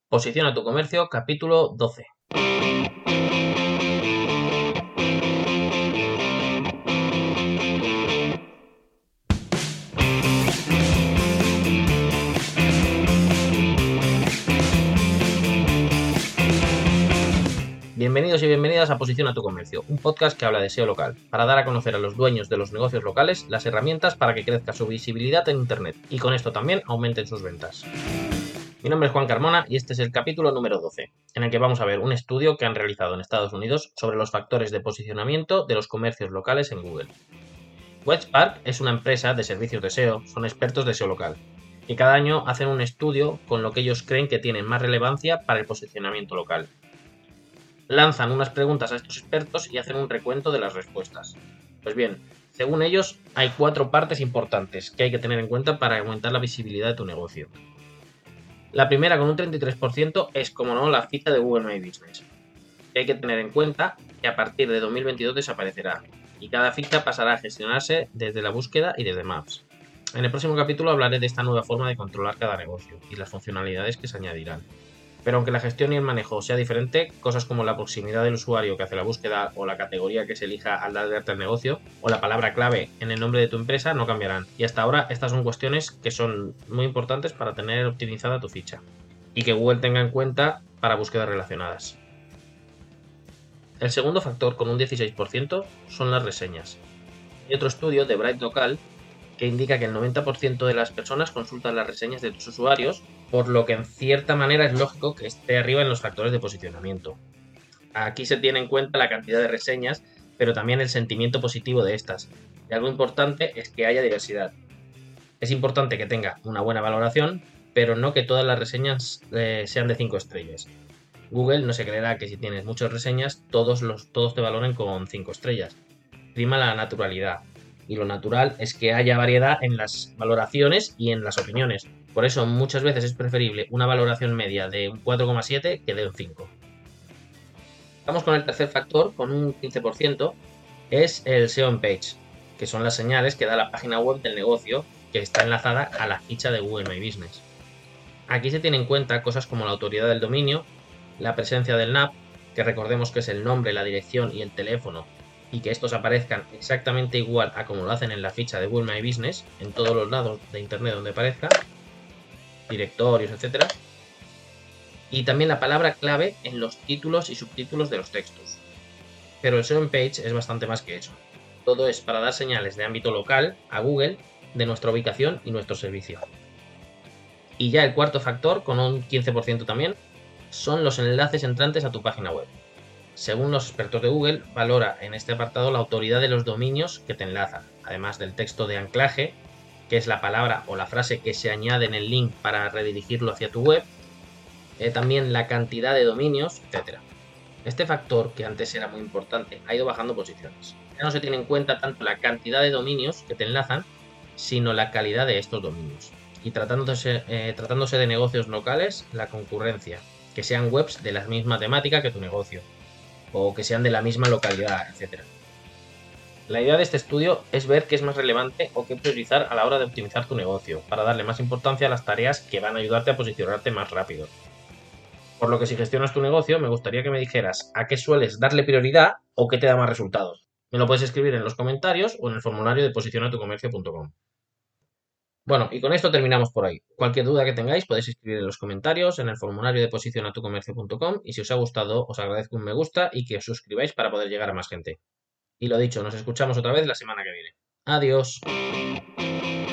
Posiciona tu comercio, capítulo 12. Bienvenidos y bienvenidas a Posiciona tu comercio, un podcast que habla de SEO local, para dar a conocer a los dueños de los negocios locales las herramientas para que crezca su visibilidad en Internet y con esto también aumenten sus ventas. Mi nombre es Juan Carmona y este es el capítulo número 12, en el que vamos a ver un estudio que han realizado en Estados Unidos sobre los factores de posicionamiento de los comercios locales en Google. Webspark es una empresa de servicios de SEO, son expertos de SEO local, y cada año hacen un estudio con lo que ellos creen que tienen más relevancia para el posicionamiento local. Lanzan unas preguntas a estos expertos y hacen un recuento de las respuestas. Pues bien, según ellos, hay 4 partes importantes que hay que tener en cuenta para aumentar la visibilidad de tu negocio. La primera, con un 33%, es, como no, la ficha de Google My Business. Que hay que tener en cuenta que a partir de 2022 desaparecerá y cada ficha pasará a gestionarse desde la búsqueda y desde Maps. En el próximo capítulo hablaré de esta nueva forma de controlar cada negocio y las funcionalidades que se añadirán. Pero aunque la gestión y el manejo sea diferente, cosas como la proximidad del usuario que hace la búsqueda o la categoría que se elija al dar de alta el negocio o la palabra clave en el nombre de tu empresa no cambiarán. Y hasta ahora estas son cuestiones que son muy importantes para tener optimizada tu ficha y que Google tenga en cuenta para búsquedas relacionadas. El segundo factor, con un 16%, son las reseñas. Hay otro estudio de Bright Local que indica que el 90% de las personas consultan las reseñas de tus usuarios, por lo que en cierta manera es lógico que esté arriba en los factores de posicionamiento. Aquí se tiene en cuenta la cantidad de reseñas, pero también el sentimiento positivo de estas. Y algo importante es que haya diversidad. Es importante que tenga una buena valoración, pero no que todas las reseñas sean de 5 estrellas. Google no se creerá que si tienes muchas reseñas, todos te valoren con 5 estrellas. Prima la naturalidad. Y lo natural es que haya variedad en las valoraciones y en las opiniones. Por eso muchas veces es preferible una valoración media de un 4,7 que de un 5. Vamos con el tercer factor, con un 15%, es el SEO on page, que son las señales que da la página web del negocio que está enlazada a la ficha de Google My Business. Aquí se tienen en cuenta cosas como la autoridad del dominio, la presencia del NAP, que recordemos que es el nombre, la dirección y el teléfono, y que estos aparezcan exactamente igual a como lo hacen en la ficha de Google My Business, en todos los lados de internet donde aparezca, directorios, etc. Y también la palabra clave en los títulos y subtítulos de los textos. Pero el SEO on page es bastante más que eso. Todo es para dar señales de ámbito local a Google de nuestra ubicación y nuestro servicio. Y ya el cuarto factor, con un 15% también, son los enlaces entrantes a tu página web. Según los expertos de Google, valora en este apartado la autoridad de los dominios que te enlazan, además del texto de anclaje, que es la palabra o la frase que se añade en el link para redirigirlo hacia tu web, también la cantidad de dominios, etc. Este factor, que antes era muy importante, ha ido bajando posiciones. Ya no se tiene en cuenta tanto la cantidad de dominios que te enlazan, sino la calidad de estos dominios. Y tratándose de negocios locales, la concurrencia, que sean webs de la misma temática que tu negocio, o que sean de la misma localidad, etc. La idea de este estudio es ver qué es más relevante o qué priorizar a la hora de optimizar tu negocio, para darle más importancia a las tareas que van a ayudarte a posicionarte más rápido. Por lo que si gestionas tu negocio, me gustaría que me dijeras a qué sueles darle prioridad o qué te da más resultados. Me lo puedes escribir en los comentarios o en el formulario de posicionatucomercio.com. Bueno, y con esto terminamos por ahí. Cualquier duda que tengáis podéis escribir en los comentarios, en el formulario de posicionatucomercio.com, y si os ha gustado os agradezco un me gusta y que os suscribáis para poder llegar a más gente. Y lo dicho, nos escuchamos otra vez la semana que viene. Adiós.